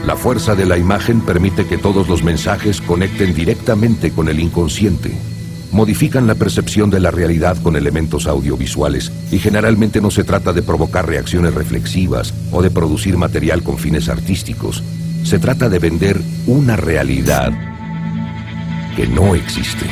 La fuerza de la imagen permite que todos los mensajes conecten directamente con el inconsciente. Modifican la percepción de la realidad con elementos audiovisuales y generalmente no se trata de provocar reacciones reflexivas o de producir material con fines artísticos. Se trata de vender una realidad que no existe.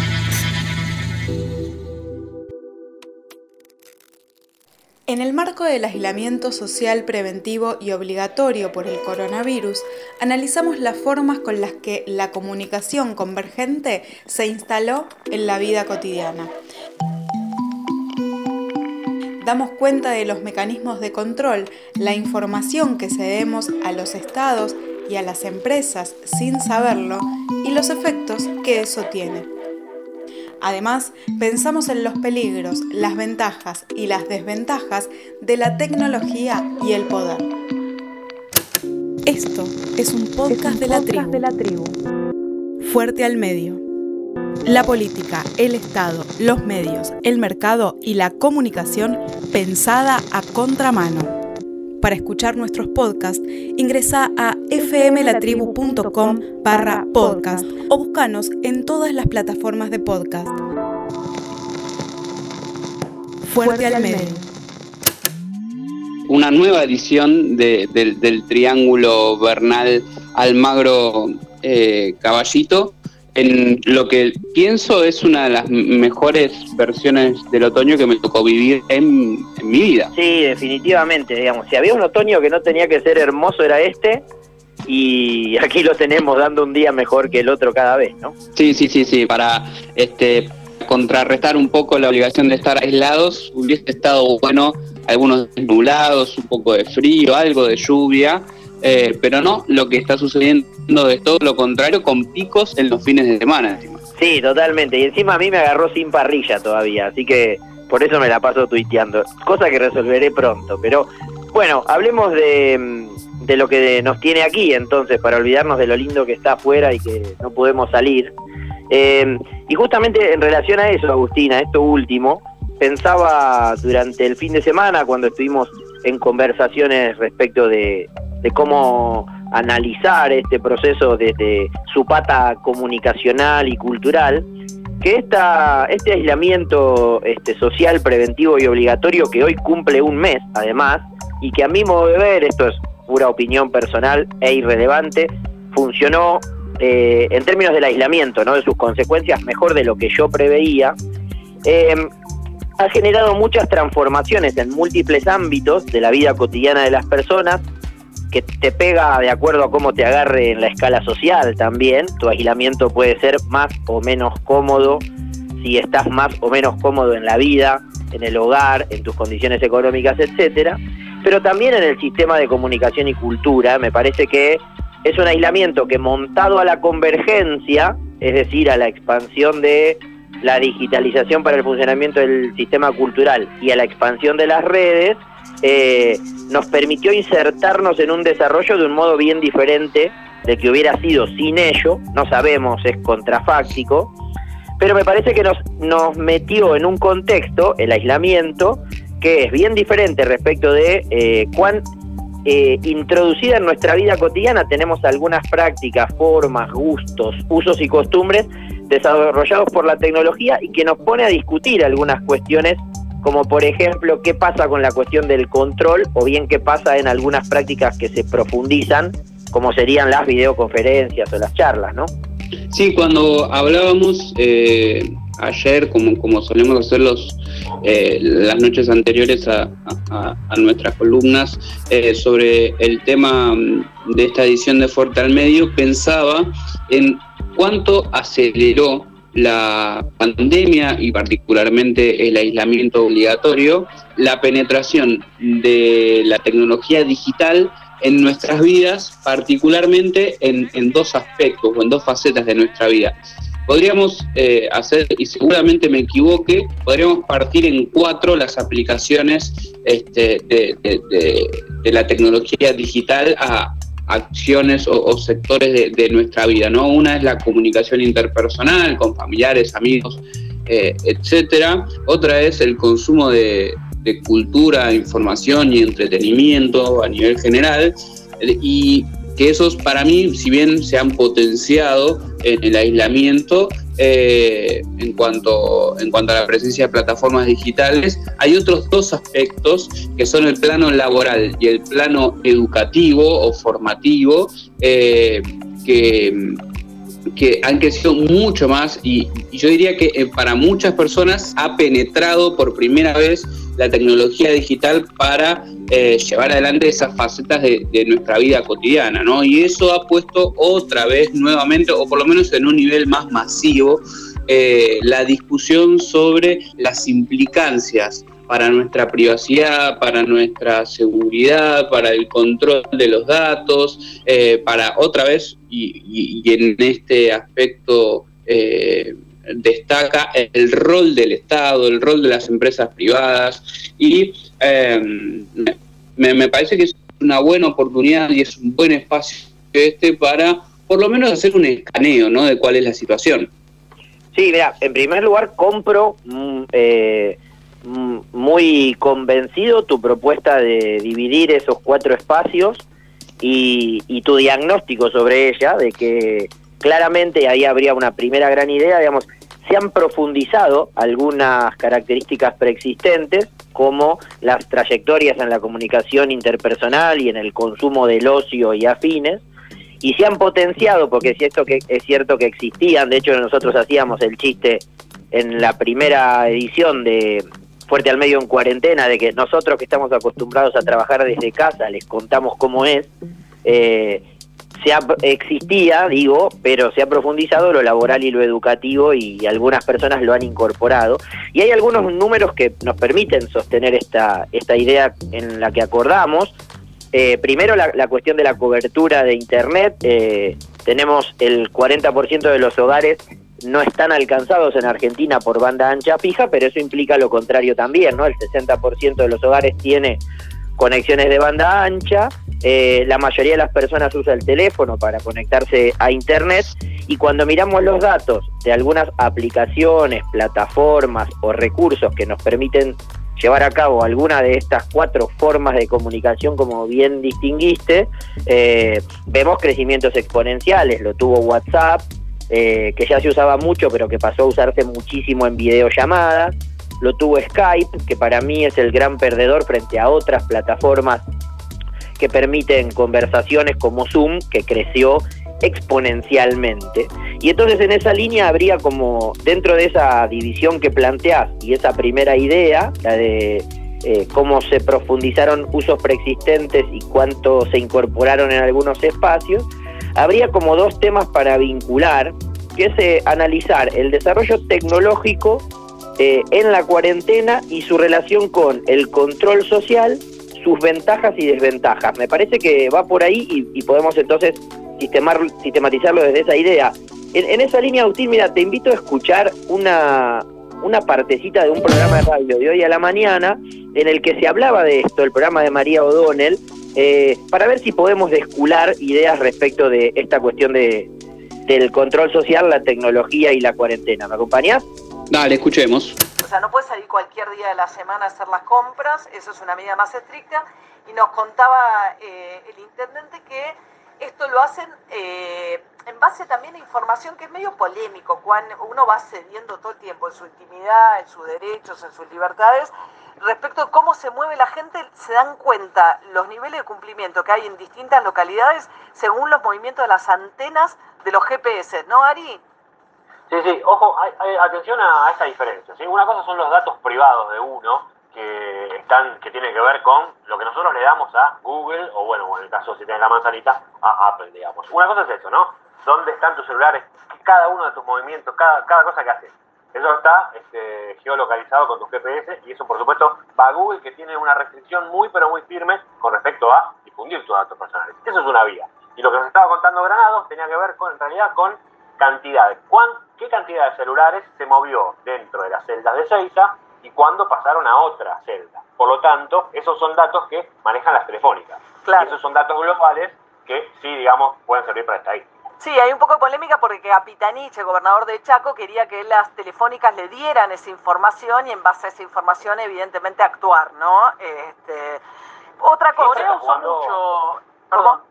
En el marco del aislamiento social preventivo y obligatorio por el coronavirus, analizamos las formas con las que la comunicación convergente se instaló en la vida cotidiana. Damos cuenta de los mecanismos de control, la información que cedemos a los estados y a las empresas sin saberlo y los efectos que eso tiene. Además, pensamos en los peligros, las ventajas y las desventajas de la tecnología y el poder. Esto es un podcast de la tribu. Fuerte al medio. La política, el Estado, los medios, el mercado y la comunicación pensada a contramano. Para escuchar nuestros podcasts, ingresa a fmlatribu.com/podcast o búscanos en todas las plataformas de podcast. Fuerte al medio. Una nueva edición del Triángulo Bernal Almagro Caballito. En lo que pienso es una de las mejores versiones del otoño que me tocó vivir en mi vida. Sí, definitivamente, digamos, si había un otoño que no tenía que ser hermoso era este, y aquí lo tenemos dando un día mejor que el otro cada vez, ¿no? Sí, para contrarrestar un poco la obligación de estar aislados, hubiese estado bueno algunos nublados, un poco de frío, algo de lluvia. Pero no, lo que está sucediendo es todo lo contrario, con picos en los fines de semana. Sí, totalmente, y encima a mí me agarró sin parrilla todavía, así que por eso me la paso tuiteando, cosa que resolveré pronto. Pero bueno, hablemos de lo que nos tiene aquí entonces, para olvidarnos de lo lindo que está afuera y que no podemos salir. Y justamente en relación a eso, Agustina, esto último, pensaba durante el fin de semana cuando estuvimos en conversaciones respecto de cómo analizar este proceso desde su pata comunicacional y cultural, que este aislamiento social, preventivo y obligatorio, que hoy cumple un mes además, y que a mi modo de ver, esto es pura opinión personal e irrelevante, funcionó en términos del aislamiento, ¿no?, de sus consecuencias, mejor de lo que yo preveía. Ha generado muchas transformaciones en múltiples ámbitos de la vida cotidiana de las personas, que te pega de acuerdo a cómo te agarre en la escala social también. Tu aislamiento puede ser más o menos cómodo si estás más o menos cómodo en la vida, en el hogar, en tus condiciones económicas, etcétera. Pero también en el sistema de comunicación y cultura. Me parece que es un aislamiento que, montado a la convergencia, es decir, a la expansión de la digitalización para el funcionamiento del sistema cultural y a la expansión de las redes, nos permitió insertarnos en un desarrollo de un modo bien diferente de que hubiera sido sin ello. No sabemos, es contrafáctico, pero me parece que nos metió en un contexto, el aislamiento, que es bien diferente respecto de cuán introducida en nuestra vida cotidiana tenemos algunas prácticas, formas, gustos, usos y costumbres desarrollados por la tecnología, y que nos pone a discutir algunas cuestiones, como por ejemplo qué pasa con la cuestión del control, o bien qué pasa en algunas prácticas que se profundizan, como serían las videoconferencias o las charlas, ¿no? Sí, cuando hablábamos ayer, como solemos hacer las noches anteriores a nuestras columnas, sobre el tema de esta edición de Fuerte al Medio, pensaba en cuánto aceleró la pandemia y particularmente el aislamiento obligatorio, la penetración de la tecnología digital en nuestras vidas, particularmente en dos aspectos o en dos facetas de nuestra vida. Podríamos hacer, y seguramente me equivoque, podríamos partir en 4 las aplicaciones de la tecnología digital a acciones o sectores de nuestra vida, ¿no? Una es la comunicación interpersonal con familiares, amigos, etcétera. Otra es el consumo de cultura, información y entretenimiento a nivel general. Y que esos para mí, si bien se han potenciado en el aislamiento, en cuanto a la presencia de plataformas digitales, hay otros dos aspectos que son el plano laboral y el plano educativo o formativo, que han crecido mucho más y yo diría que para muchas personas ha penetrado por primera vez la tecnología digital para llevar adelante esas facetas de nuestra vida cotidiana, ¿no? Y eso ha puesto otra vez nuevamente, o por lo menos en un nivel más masivo, la discusión sobre las implicancias para nuestra privacidad, para nuestra seguridad, para el control de los datos, para otra vez, y en este aspecto destaca el rol del Estado, el rol de las empresas privadas, y me parece que es una buena oportunidad y es un buen espacio para por lo menos hacer un escaneo, ¿no?, de cuál es la situación. Sí, mira, en primer lugar compro muy convencido tu propuesta de dividir esos 4 espacios y tu diagnóstico sobre ella, de que claramente ahí habría una primera gran idea, digamos, se han profundizado algunas características preexistentes, como las trayectorias en la comunicación interpersonal y en el consumo del ocio y afines, y se han potenciado, porque es cierto que existían. De hecho nosotros hacíamos el chiste en la primera edición de Fuerte al Medio en Cuarentena, de que nosotros que estamos acostumbrados a trabajar desde casa, les contamos cómo es, existía, pero se ha profundizado lo laboral y lo educativo, y algunas personas lo han incorporado, y hay algunos números que nos permiten sostener esta idea en la que acordamos. Primero, la cuestión de la cobertura de Internet. Tenemos el 40% de los hogares no están alcanzados en Argentina por banda ancha fija, pero eso implica lo contrario también, ¿no? El 60% de los hogares tiene conexiones de banda ancha, la mayoría de las personas usa el teléfono para conectarse a Internet, y cuando miramos los datos de algunas aplicaciones, plataformas o recursos que nos permiten llevar a cabo alguna de estas 4 formas de comunicación, como bien distinguiste, vemos crecimientos exponenciales. Lo tuvo WhatsApp, que ya se usaba mucho, pero que pasó a usarse muchísimo en videollamadas. Lo tuvo Skype, que para mí es el gran perdedor frente a otras plataformas que permiten conversaciones como Zoom, que creció exponencialmente. Y entonces en esa línea habría, como dentro de esa división que planteás y esa primera idea, la de cómo se profundizaron usos preexistentes y cuánto se incorporaron en algunos espacios, habría como 2 temas para vincular, que es analizar el desarrollo tecnológico en la cuarentena y su relación con el control social, sus ventajas y desventajas. Me parece que va por ahí y podemos entonces sistematizarlo desde esa idea. En esa línea, Agustín, mira, te invito a escuchar una partecita de un programa de radio de hoy a la mañana en el que se hablaba de esto, el programa de María O'Donnell, para ver si podemos descular ideas respecto de esta cuestión del control social, la tecnología y la cuarentena. ¿Me acompañás? Dale, escuchemos. O sea, no puedes salir cualquier día de la semana a hacer las compras, eso es una medida más estricta, y nos contaba el intendente que esto lo hacen en base también a información que es medio polémico, cuando uno va cediendo todo el tiempo en su intimidad, en sus derechos, en sus libertades, respecto a cómo se mueve la gente. Se dan cuenta los niveles de cumplimiento que hay en distintas localidades según los movimientos de las antenas de los GPS, ¿no, Ari? Sí, ojo, hay atención a esta diferencia, ¿sí? Una cosa son los datos privados de uno, que tienen que ver con lo que nosotros le damos a Google, o bueno, en el caso si tienes la manzanita, a Apple, digamos. Una cosa es eso, ¿no? ¿Dónde están tus celulares? Cada uno de tus movimientos, cada cosa que haces. Eso está geolocalizado con tu GPS, y eso por supuesto va a Google, que tiene una restricción muy pero muy firme con respecto a difundir tus datos personales. Eso es una vía. Y lo que nos estaba contando Granados tenía que ver en realidad con cantidades. ¿Qué cantidad de celulares se movió dentro de las celdas de Seiza y cuándo pasaron a otra celda? Por lo tanto, esos son datos que manejan las telefónicas. Claro. Y esos son datos globales que sí, digamos, pueden servir para estadística. Sí, hay un poco de polémica porque Capitanich, el gobernador de Chaco, quería que las telefónicas le dieran esa información y en base a esa información, evidentemente, actuar, ¿no? Otra cosa... Usó mucho... ¿Perdón? Sí.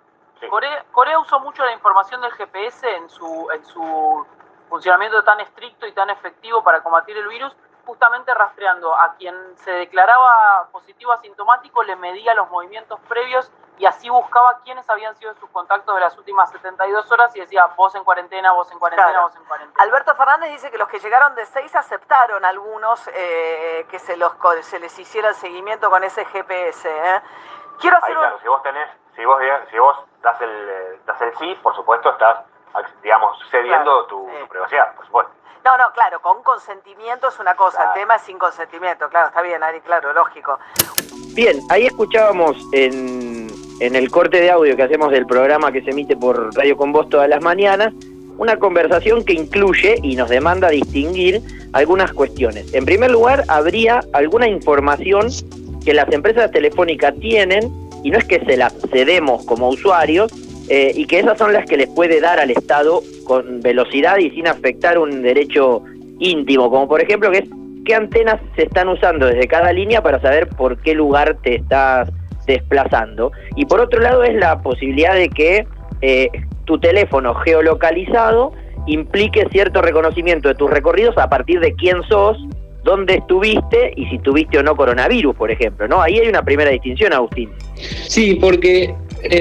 Corea usó mucho la información del GPS en su funcionamiento tan estricto y tan efectivo para combatir el virus, justamente rastreando a quien se declaraba positivo asintomático, le medía los movimientos previos y así buscaba quiénes habían sido sus contactos de las últimas 72 horas y decía, vos en cuarentena, vos en cuarentena, claro. Vos en cuarentena. Alberto Fernández dice que los que llegaron de 6 aceptaron algunos que se les hiciera el seguimiento con ese GPS. Quiero hacer claro, si vos das el sí, por supuesto estás, digamos, cediendo tu privacidad, por supuesto. No, claro, con consentimiento es una cosa, claro. El tema es sin consentimiento, claro, está bien, Ari, claro, lógico. Bien, ahí escuchábamos en el corte de audio que hacemos del programa que se emite por Radio Con Vos todas las mañanas, una conversación que incluye y nos demanda distinguir algunas cuestiones. En primer lugar, habría alguna información que las empresas telefónicas tienen, y no es que se las cedemos como usuarios, y que esas son las que les puede dar al Estado con velocidad y sin afectar un derecho íntimo, como por ejemplo que es qué antenas se están usando desde cada línea para saber por qué lugar te estás desplazando. Y por otro lado es la posibilidad de que tu teléfono geolocalizado implique cierto reconocimiento de tus recorridos a partir de quién sos, dónde estuviste y si tuviste o no coronavirus, por ejemplo, ¿no? Ahí hay una primera distinción, Agustín. Sí, porque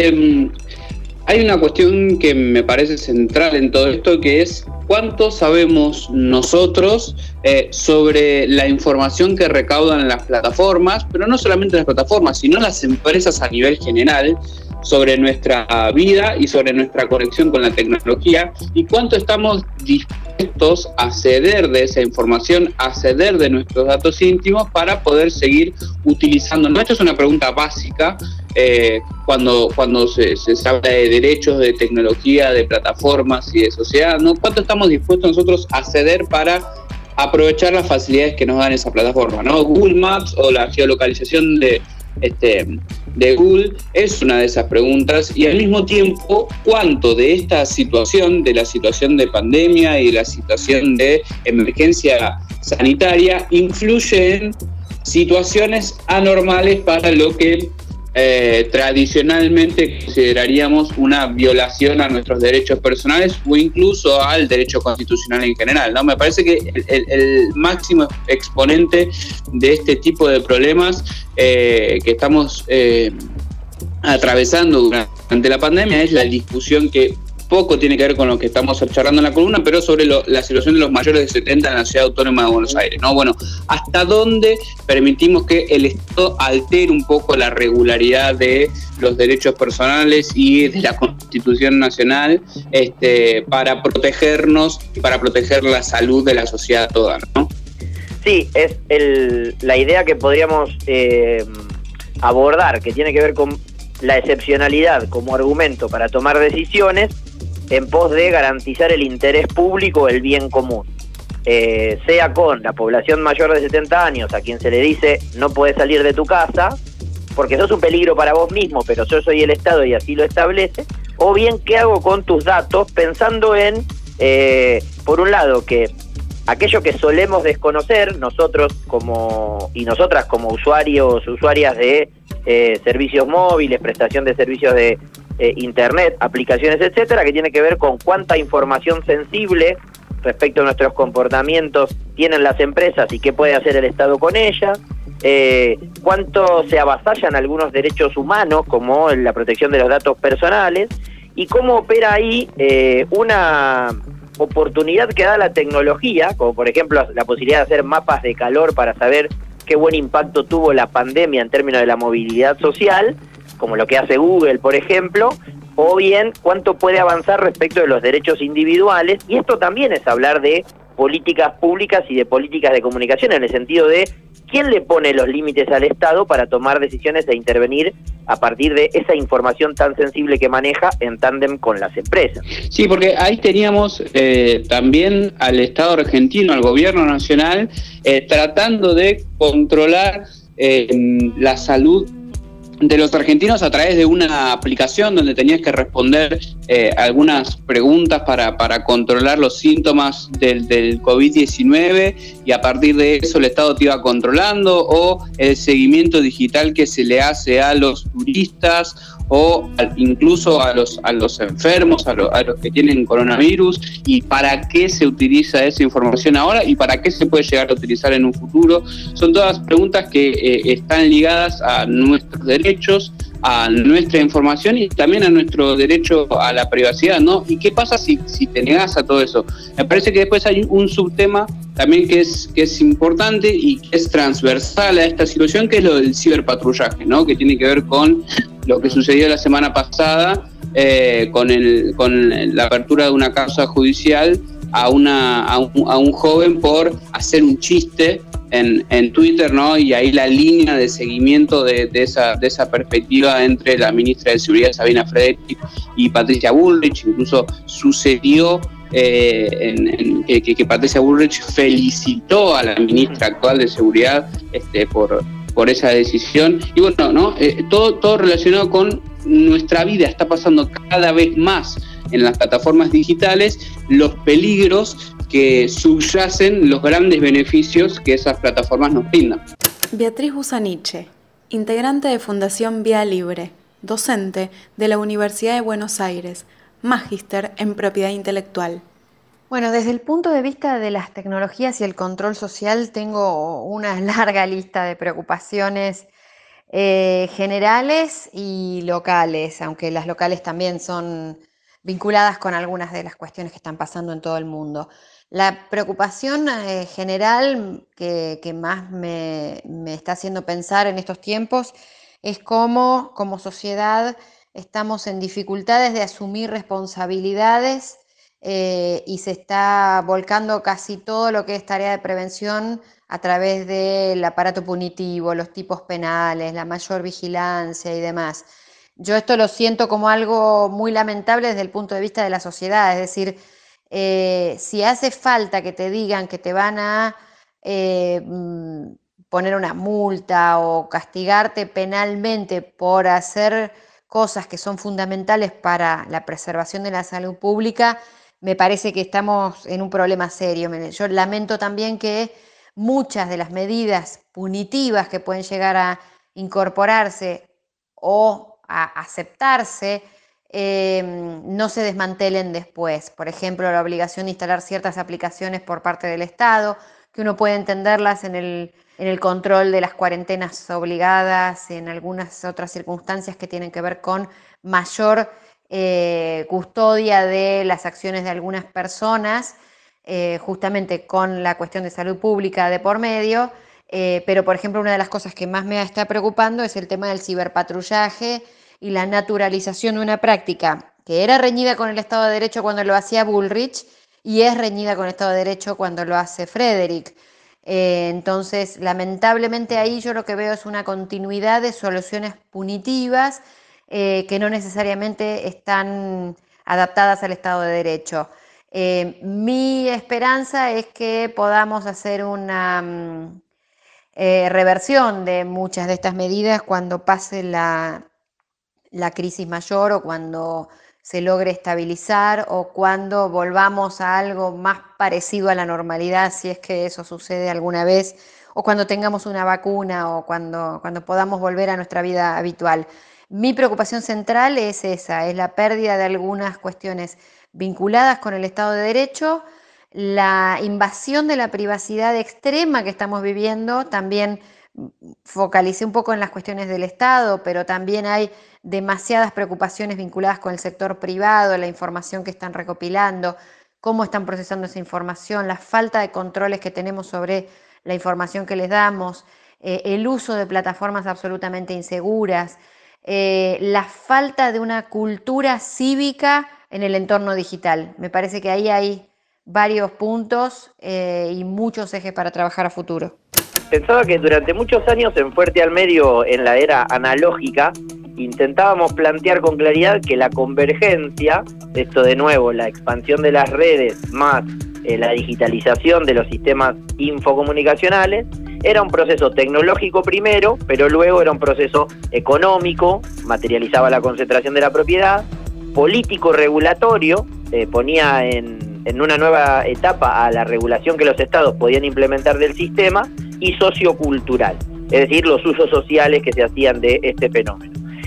hay una cuestión que me parece central en todo esto, que es cuánto sabemos nosotros sobre la información que recaudan las plataformas, pero no solamente las plataformas, sino las empresas a nivel general, sobre nuestra vida y sobre nuestra conexión con la tecnología, y cuánto estamos dispuestos a ceder de esa información, a ceder de nuestros datos íntimos para poder seguir utilizando. Esto es una pregunta básica cuando se habla de derechos, de tecnología, de plataformas y de sociedad, ¿no? ¿Cuánto estamos dispuestos nosotros a ceder para aprovechar las facilidades que nos dan esa plataforma, ¿no? Google Maps o la geolocalización de Google es una de esas preguntas, y al mismo tiempo cuánto de esta situación, de la situación de pandemia y de la situación de emergencia sanitaria, influye en situaciones anormales para lo que tradicionalmente consideraríamos una violación a nuestros derechos personales o incluso al derecho constitucional en general, ¿no? Me parece que el máximo exponente de este tipo de problemas que estamos atravesando durante la pandemia es la discusión que poco tiene que ver con lo que estamos charlando en la columna, pero sobre la situación de los mayores de 70 en la Ciudad Autónoma de Buenos Aires, ¿no? Bueno, ¿hasta dónde permitimos que el Estado altere un poco la regularidad de los derechos personales y de la Constitución Nacional para protegernos y para proteger la salud de la sociedad toda, ¿no? Sí, es la idea que podríamos abordar, que tiene que ver con la excepcionalidad como argumento para tomar decisiones en pos de garantizar el interés público, el bien común. Sea con la población mayor de 70 años, a quien se le dice no podés salir de tu casa, porque sos un peligro para vos mismo, pero yo soy el Estado y así lo establece, o bien qué hago con tus datos, pensando en, por un lado, que aquello que solemos desconocer, nosotros y nosotras como usuarias de servicios móviles, prestación de servicios de internet, aplicaciones, etcétera, que tiene que ver con cuánta información sensible respecto a nuestros comportamientos tienen las empresas y qué puede hacer el Estado con ella, cuánto se avasallan algunos derechos humanos como la protección de los datos personales, y cómo opera ahí una oportunidad que da la tecnología, como por ejemplo la posibilidad de hacer mapas de calor para saber qué buen impacto tuvo la pandemia en términos de la movilidad social, como lo que hace Google, por ejemplo, o bien cuánto puede avanzar respecto de los derechos individuales. Y esto también es hablar de políticas públicas y de políticas de comunicación, en el sentido de quién le pone los límites al Estado para tomar decisiones e intervenir a partir de esa información tan sensible que maneja en tándem con las empresas. Sí, porque ahí teníamos también al Estado argentino, al gobierno nacional, tratando de controlar la salud de los argentinos a través de una aplicación donde tenías que responder algunas preguntas para controlar los síntomas del COVID-19, y a partir de eso el Estado te iba controlando, o el seguimiento digital que se le hace a los turistas, o incluso a los enfermos, a los que tienen coronavirus, y para qué se utiliza esa información ahora y para qué se puede llegar a utilizar en un futuro. Son todas preguntas que están ligadas a nuestros derechos, a nuestra información y también a nuestro derecho a la privacidad, ¿no? ¿Y qué pasa si te negás a todo eso? Me parece que después hay un subtema también que es importante y que es transversal a esta situación, que es lo del ciberpatrullaje, ¿no? Que tiene que ver con lo que sucedió la semana pasada con la apertura de una causa judicial a un joven por hacer un chiste en Twitter, ¿no? Y ahí la línea de seguimiento de esa perspectiva entre la ministra de Seguridad, Sabina Frederick, y Patricia Bullrich. Incluso sucedió que Patricia Bullrich felicitó a la ministra actual de Seguridad por esa decisión. Y bueno, ¿no? Todo relacionado con nuestra vida. Está pasando cada vez más en las plataformas digitales los peligros que subyacen los grandes beneficios que esas plataformas nos brindan. Beatriz Busaniche, integrante de Fundación Vía Libre, docente de la Universidad de Buenos Aires, magíster en propiedad intelectual. Bueno, desde el punto de vista de las tecnologías y el control social tengo una larga lista de preocupaciones generales y locales, aunque las locales también son vinculadas con algunas de las cuestiones que están pasando en todo el mundo. La preocupación general que más me está haciendo pensar en estos tiempos es cómo como sociedad estamos en dificultades de asumir responsabilidades y se está volcando casi todo lo que es tarea de prevención a través del aparato punitivo, los tipos penales, la mayor vigilancia y demás. Yo esto lo siento como algo muy lamentable desde el punto de vista de la sociedad, es decir, si hace falta que te digan que te van a poner una multa o castigarte penalmente por hacer cosas que son fundamentales para la preservación de la salud pública, me parece que estamos en un problema serio. Yo lamento también que muchas de las medidas punitivas que pueden llegar a incorporarse o a aceptarse no se desmantelen después. Por ejemplo, la obligación de instalar ciertas aplicaciones por parte del Estado, que uno puede entenderlas en el control de las cuarentenas obligadas, en algunas otras circunstancias que tienen que ver con mayor custodia de las acciones de algunas personas, justamente con la cuestión de salud pública de por medio, pero por ejemplo una de las cosas que más me está preocupando es el tema del ciberpatrullaje y la naturalización de una práctica que era reñida con el Estado de Derecho cuando lo hacía Bullrich y es reñida con el Estado de Derecho cuando lo hace Frederick. Entonces, lamentablemente ahí yo lo que veo es una continuidad de soluciones punitivas que no necesariamente están adaptadas al Estado de Derecho. Mi esperanza es que podamos hacer una reversión de muchas de estas medidas cuando pase la crisis mayor o cuando se logre estabilizar o cuando volvamos a algo más parecido a la normalidad, si es que eso sucede alguna vez, o cuando tengamos una vacuna o cuando podamos volver a nuestra vida habitual. Mi preocupación central es esa, es la pérdida de algunas cuestiones vinculadas con el Estado de Derecho, la invasión de la privacidad extrema que estamos viviendo. También focalicé un poco en las cuestiones del Estado, pero también hay demasiadas preocupaciones vinculadas con el sector privado, la información que están recopilando, cómo están procesando esa información, la falta de controles que tenemos sobre la información que les damos, el uso de plataformas absolutamente inseguras, la falta de una cultura cívica en el entorno digital. Me parece que ahí hay varios puntos y muchos ejes para trabajar a futuro. Pensaba que durante muchos años en Fuerte al Medio, en la era analógica, intentábamos plantear con claridad que la convergencia, esto de nuevo, la expansión de las redes más la digitalización de los sistemas infocomunicacionales, era un proceso tecnológico primero, pero luego era un proceso económico, materializaba la concentración de la propiedad, político regulatorio, ponía en una nueva etapa a la regulación que los estados podían implementar del sistema, y sociocultural, es decir, los usos sociales que se hacían de este fenómeno.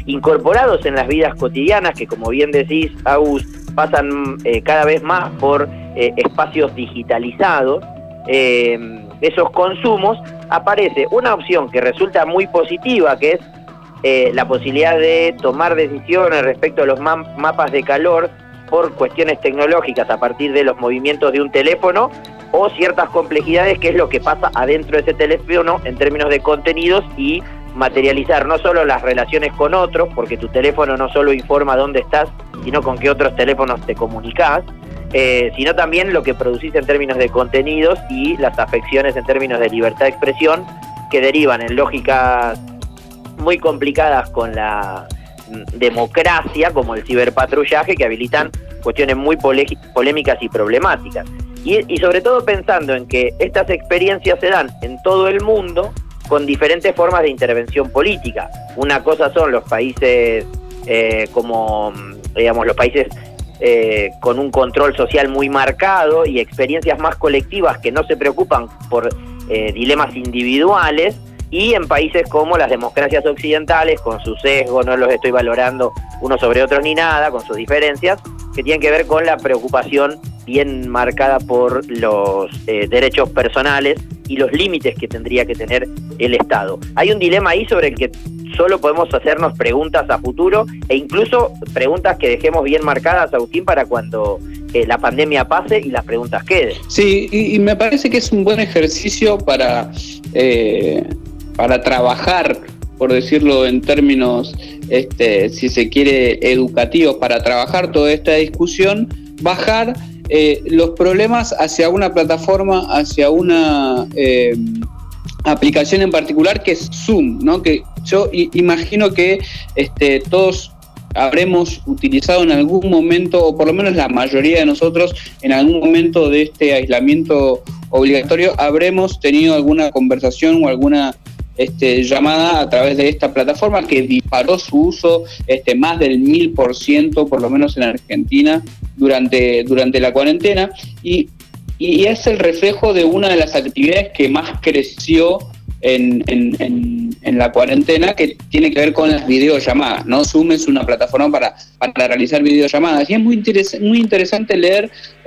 incorporados en las vidas cotidianas, que como bien decís, Agus, pasan cada vez más por espacios digitalizados, esos consumos, aparece una opción que resulta muy positiva, que es la posibilidad de tomar decisiones respecto a los mapas de calor por cuestiones tecnológicas a partir de los movimientos de un teléfono, o ciertas complejidades, que es lo que pasa adentro de ese teléfono en términos de contenidos, y materializar no solo las relaciones con otros, porque tu teléfono no solo informa dónde estás, sino con qué otros teléfonos te comunicás, sino también lo que producís en términos de contenidos y las afecciones en términos de libertad de expresión, que derivan en lógicas muy complicadas con la democracia, como el ciberpatrullaje, que habilitan cuestiones muy polémicas y problemáticas. Y sobre todo pensando en que estas experiencias se dan en todo el mundo con diferentes formas de intervención política. Una cosa son los países como, digamos, los países con un control social muy marcado y experiencias más colectivas que no se preocupan por dilemas individuales, y en países como las democracias occidentales, con su sesgo, no los estoy valorando unos sobre otros ni nada, con sus diferencias, que tienen que ver con la preocupación bien marcada por los derechos personales y los límites que tendría que tener el Estado. Hay un dilema ahí sobre el que solo podemos hacernos preguntas a futuro, e incluso preguntas que dejemos bien marcadas, Agustín, para cuando la pandemia pase y las preguntas queden. Sí, y me parece que es un buen ejercicio para trabajar, por decirlo en términos, si se quiere, educativos, para trabajar toda esta discusión, bajar los problemas hacia una plataforma, hacia una aplicación en particular, que es Zoom, ¿no? Que yo imagino que todos habremos utilizado en algún momento, o por lo menos la mayoría de nosotros, en algún momento de este aislamiento obligatorio, habremos tenido alguna conversación o alguna llamada a través de esta plataforma, que disparó su uso más del 1000%, por lo menos en Argentina, durante la cuarentena, y es el reflejo de una de las actividades que más creció en la cuarentena, que tiene que ver con las videollamadas, ¿no? Zoom es una plataforma para realizar videollamadas, y es muy interesante leer,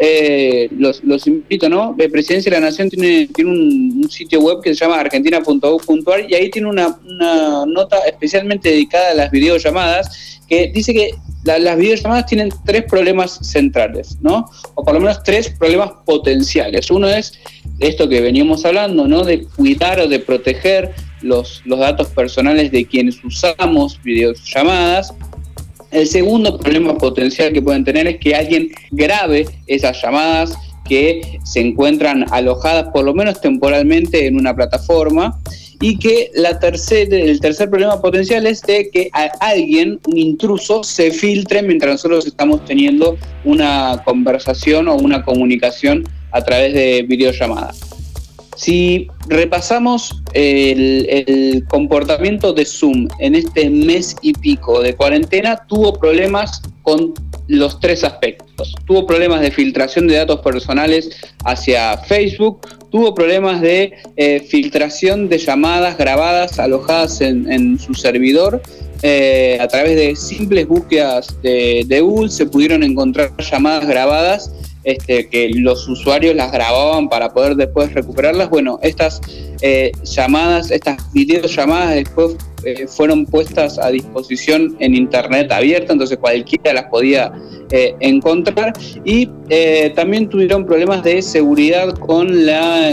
los invito, ¿no? Presidencia de la Nación tiene un sitio web que se llama argentina.gov.ar, y ahí tiene una nota especialmente dedicada a las videollamadas, que dice que las videollamadas tienen 3 problemas centrales, ¿no? O por lo menos 3 problemas potenciales. Uno es esto que veníamos hablando, ¿no? De cuidar o de proteger los datos personales de quienes usamos videollamadas. El segundo problema potencial que pueden tener es que alguien grabe esas llamadas que se encuentran alojadas, por lo menos temporalmente, en una plataforma. Y que el tercer problema potencial es de que alguien, un intruso, se filtre mientras nosotros estamos teniendo una conversación o una comunicación a través de videollamada. Si repasamos el comportamiento de Zoom en este mes y pico de cuarentena, tuvo problemas con los 3 aspectos. Tuvo problemas de filtración de datos personales hacia Facebook, tuvo problemas de filtración de llamadas grabadas alojadas en su servidor. A través de simples búsquedas de Google se pudieron encontrar llamadas grabadas que los usuarios las grababan para poder después recuperarlas. Bueno, estas llamadas, estas videollamadas después fueron puestas a disposición en internet abierta, entonces cualquiera las podía encontrar, y también tuvieron problemas de seguridad con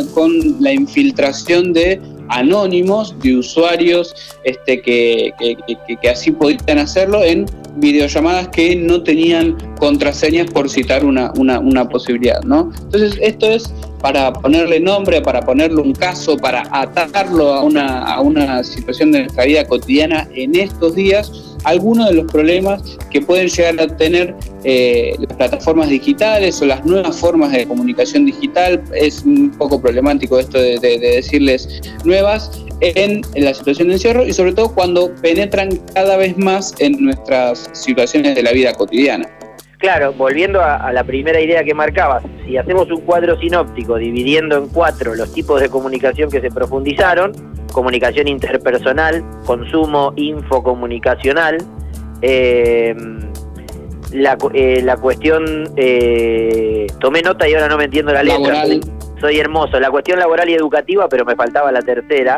la infiltración de anónimos, de usuarios que así podían hacerlo en videollamadas que no tenían contraseñas, por citar una posibilidad, ¿no? Entonces esto es para ponerle nombre, para ponerle un caso, para atarlo a una situación de nuestra vida cotidiana en estos días, algunos de los problemas que pueden llegar a tener las plataformas digitales o las nuevas formas de comunicación digital. Es un poco problemático esto de decirles nuevas en la situación de encierro, y sobre todo cuando penetran cada vez más en nuestras situaciones de la vida cotidiana. Claro, volviendo a la primera idea que marcabas, si hacemos un cuadro sinóptico dividiendo en 4 los tipos de comunicación que se profundizaron, comunicación interpersonal, consumo infocomunicacional, la cuestión, tomé nota y ahora no me entiendo la letra. Laboral. Soy hermoso. La cuestión laboral y educativa, pero me faltaba la tercera.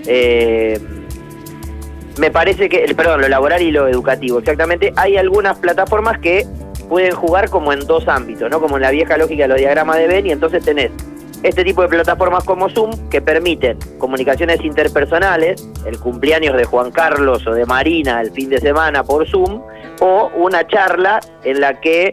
Me parece que, perdón, lo laboral y lo educativo, exactamente. Hay algunas plataformas que pueden jugar como en dos ámbitos, ¿no? Como en la vieja lógica de los diagramas de Venn, y entonces tenés este tipo de plataformas como Zoom que permiten comunicaciones interpersonales, el cumpleaños de Juan Carlos o de Marina el fin de semana por Zoom, o una charla en la que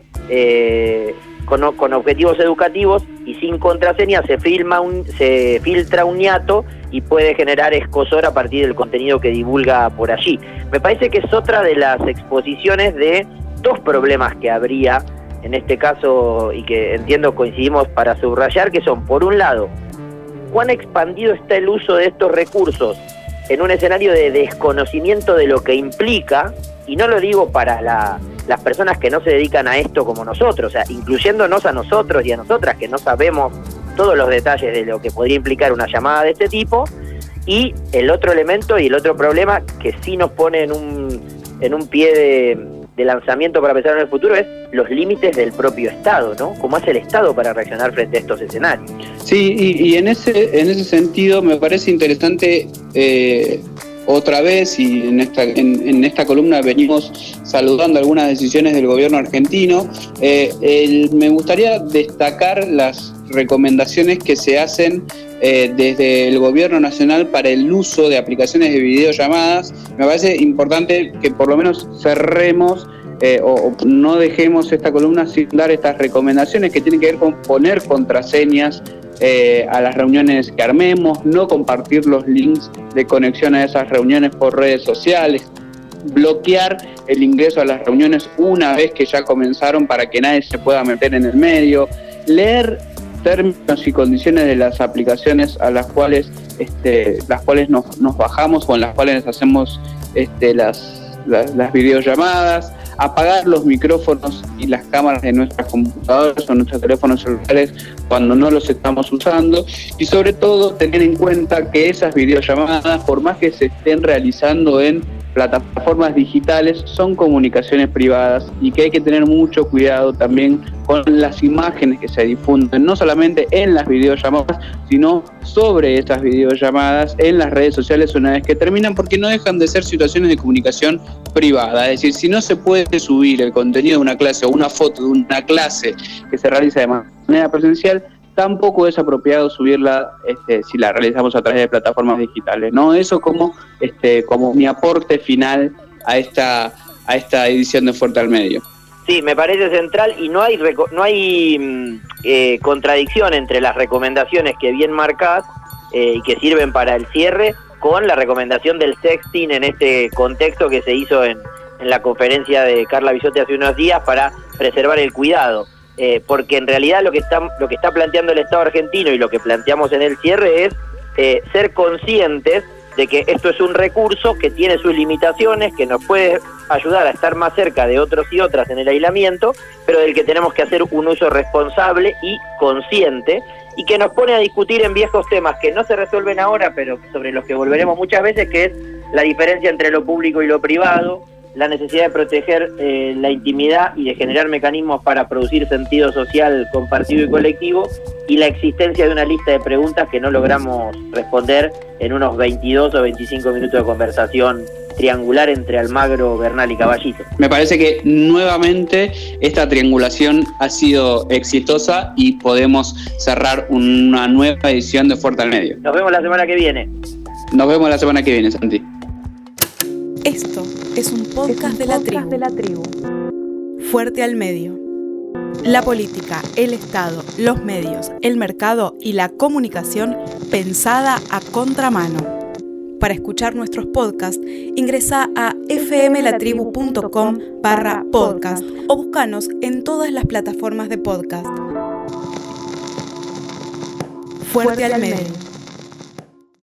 con objetivos educativos y sin contraseña se filtra un ñato y puede generar escozor a partir del contenido que divulga por allí. Me parece que es otra de las exposiciones de dos problemas que habría en este caso y que entiendo coincidimos para subrayar, que son, por un lado, cuán expandido está el uso de estos recursos en un escenario de desconocimiento de lo que implica, y no lo digo para las personas que no se dedican a esto como nosotros, o sea, incluyéndonos a nosotros y a nosotras que no sabemos todos los detalles de lo que podría implicar una llamada de este tipo, y el otro elemento y el otro problema que sí nos pone en un pie de lanzamiento para pensar en el futuro es los límites del propio Estado, ¿no? ¿Cómo hace el Estado para reaccionar frente a estos escenarios? Sí, y en ese sentido me parece interesante otra vez, y en esta columna venimos saludando algunas decisiones del gobierno argentino. Me gustaría destacar las recomendaciones que se hacen desde el gobierno nacional para el uso de aplicaciones de videollamadas. Me parece importante que por lo menos cerremos o no dejemos esta columna sin dar estas recomendaciones que tienen que ver con poner contraseñas a las reuniones que armemos, no compartir los links de conexión a esas reuniones por redes sociales, bloquear el ingreso a las reuniones una vez que ya comenzaron para que nadie se pueda meter en el medio, leer términos y condiciones de las aplicaciones a las cuales nos bajamos o en las cuales hacemos las videollamadas, apagar los micrófonos y las cámaras de nuestras computadoras o nuestros teléfonos celulares cuando no los estamos usando, y sobre todo tener en cuenta que esas videollamadas, por más que se estén realizando en plataformas digitales, son comunicaciones privadas y que hay que tener mucho cuidado también con las imágenes que se difunden, no solamente en las videollamadas, sino sobre estas videollamadas en las redes sociales una vez que terminan, porque no dejan de ser situaciones de comunicación privada. Es decir, si no se puede subir el contenido de una clase o una foto de una clase que se realiza de manera presencial, tampoco es apropiado subirla si la realizamos a través de plataformas digitales, ¿no? Eso como mi aporte final a esta edición de Fuerte al Medio. Sí, me parece central, y no hay contradicción entre las recomendaciones que bien marcás y que sirven para el cierre con la recomendación del sexting en este contexto que se hizo en la conferencia de Carla Bisotti hace unos días para preservar el cuidado. Porque en realidad lo que está planteando el Estado argentino y lo que planteamos en el cierre es ser conscientes de que esto es un recurso que tiene sus limitaciones, que nos puede ayudar a estar más cerca de otros y otras en el aislamiento, pero del que tenemos que hacer un uso responsable y consciente, y que nos pone a discutir en viejos temas que no se resuelven ahora, pero sobre los que volveremos muchas veces, que es la diferencia entre lo público y lo privado, la necesidad de proteger la intimidad y de generar mecanismos para producir sentido social compartido y colectivo, y la existencia de una lista de preguntas que no logramos responder en unos 22 o 25 minutos de conversación triangular entre Almagro, Bernal y Caballito. Me parece que nuevamente esta triangulación ha sido exitosa y podemos cerrar una nueva edición de Fuerte al Medio. Nos vemos la semana que viene. Nos vemos la semana que viene, Santi. Esto es un podcast de la tribu. Fuerte al Medio. La política, el Estado, los medios, el mercado y la comunicación pensada a contramano. Para escuchar nuestros podcasts, ingresa a fmlatribu.com/podcast o búscanos en todas las plataformas de podcast. Fuerte al Medio.